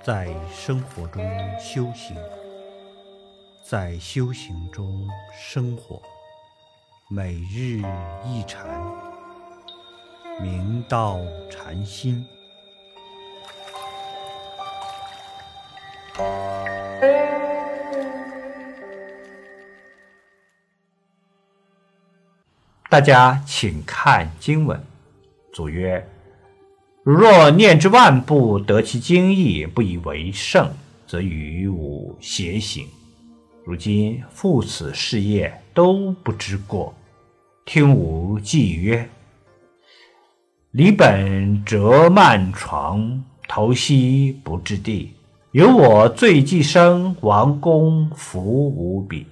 在生活中修行，在修行中生活，每日一禅，明道禅心。 大家请看经文。主曰：如若念之万步，得其精义，不以为胜，则与吾偕行。如今父此事业都不知过，听吾记曰：离本折蔓床，头西不至地，有我罪既生，王公福无比。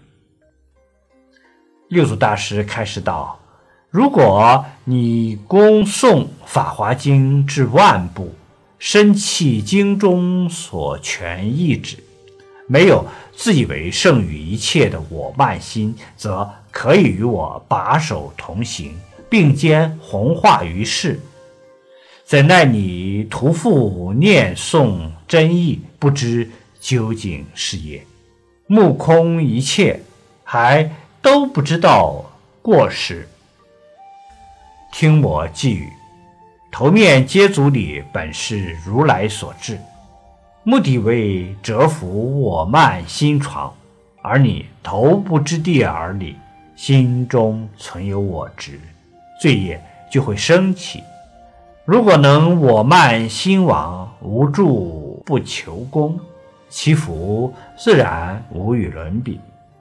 六祖大师开示道：如果你恭诵《法华经》至万部，深契经中所全意旨，没有自以为胜于一切的我慢心，则可以与我把手同行，并肩弘化于世。怎奈你徒复念诵真意，不知究竟是也，目空一切，还都不知道过失。听我寄语，头面接足礼本是如来所制，目的为折服我慢心床，而你头不知地而礼，心中存有我执，罪业就会升起。如果能我慢心亡，无助不求功，其福自然无与伦比。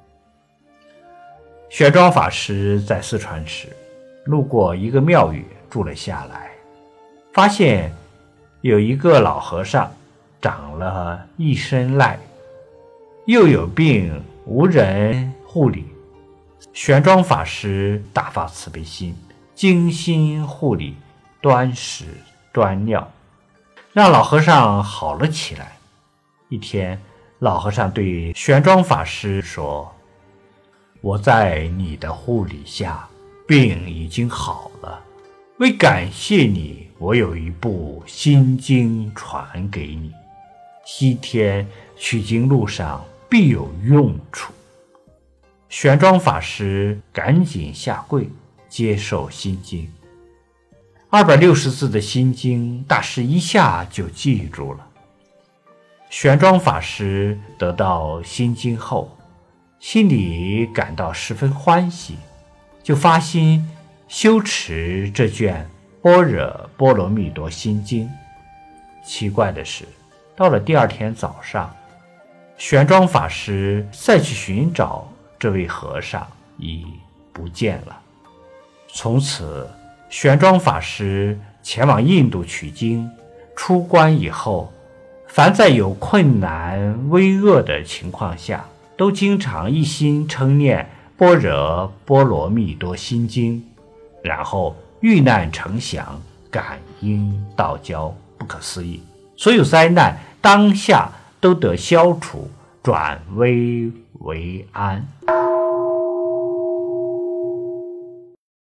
玄奘法师在四川时，路过一个庙宇住了下来，发现有一个老和尚长了一身癞，又有病无人护理。玄奘法师大发慈悲心，精心护理，端食端尿，让老和尚好了起来。一天，老和尚对玄奘法师说：我在你的护理下，病已经好了，为感谢你，我有一部心经传给你，西天取经路上必有用处。玄奘法师赶紧下跪接受心经。260字的心经，大师一下就记住了。玄奘法师得到心经后，心里感到十分欢喜，就发心修持这卷般若波罗蜜多心经。奇怪的是，到了第二天早上，玄奘法师再去寻找这位和尚，已不见了。从此，玄奘法师前往印度取经，出关以后，凡在有困难危厄的情况下，都经常一心称念般若波罗蜜多心经，然后遇难成祥，感应道交，不可思议，所有灾难当下都得消除，转危为安。